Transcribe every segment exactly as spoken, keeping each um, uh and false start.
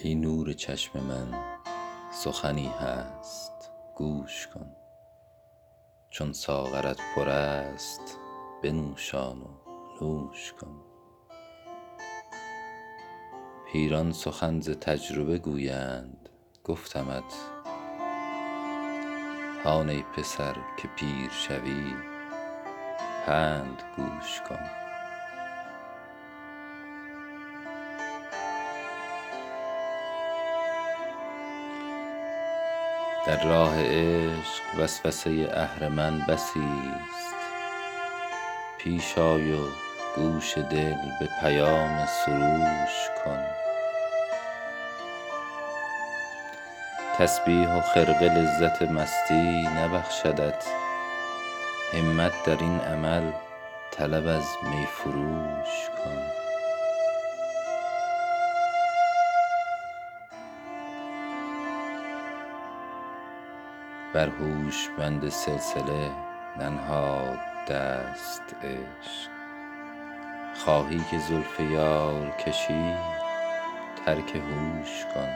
ای نور چشم من سخنی هست گوش کن، چون ساغرت پر است بنوشان و نوش کن. پیران سخن ز تجربه گویند، گفتمت هان ای پسر که پیر شوی پند گوش کن. در راه عشق وسوسه اهرمن بسی است، پیش آی و گوش دل به پیام سروش کن. تسبیح و خرقه لذت مستی نبخشدت، همت در این عمل طلب از می فروش کن. بر هوشمند سلسله ننهاد دست عشق، خواهی که زلف یار کشی ترک هوش کن.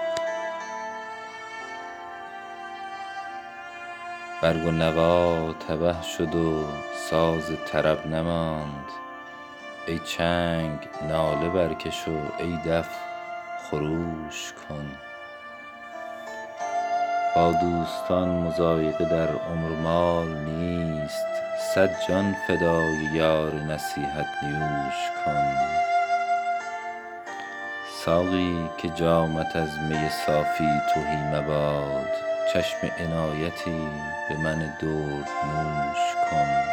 برگ و نوا تبه شد و ساز طرب نماند، ای چنگ ناله برکش و ای دف خروش کن. با دوستان مضایقه در عمر و مال نیست، صد جان فدای یار نصیحت نیوش کن. ساقی که جامت از می صافی تهی مباد، چشم عنایتی به من دردنوش کن.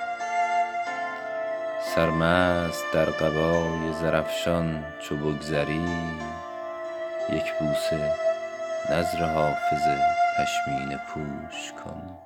سرمست در قبای زرافشان چو بگذری، یک بوسه نذر حافظ پشمینه پوش کن.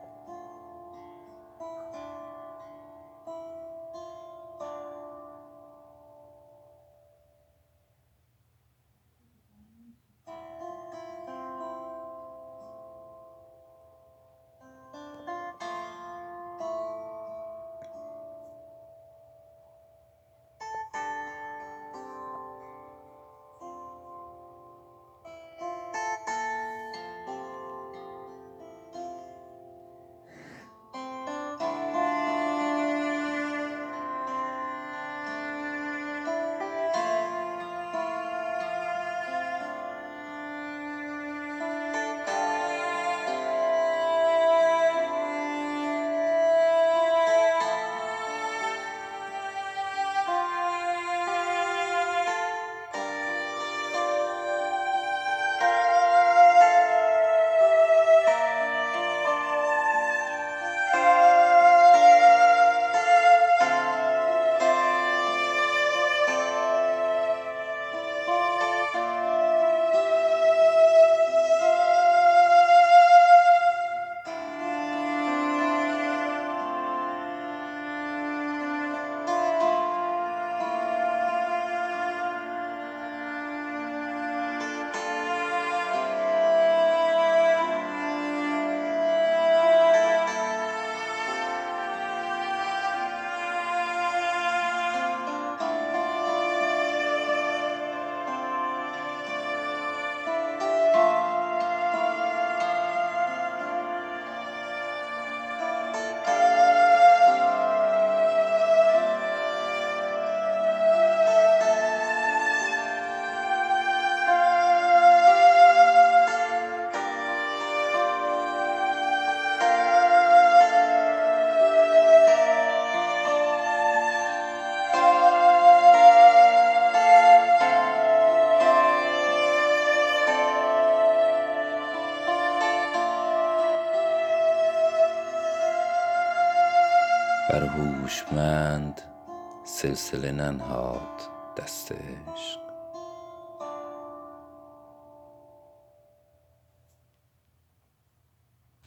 بر هوشمند سلسله ننهاد دست عشق،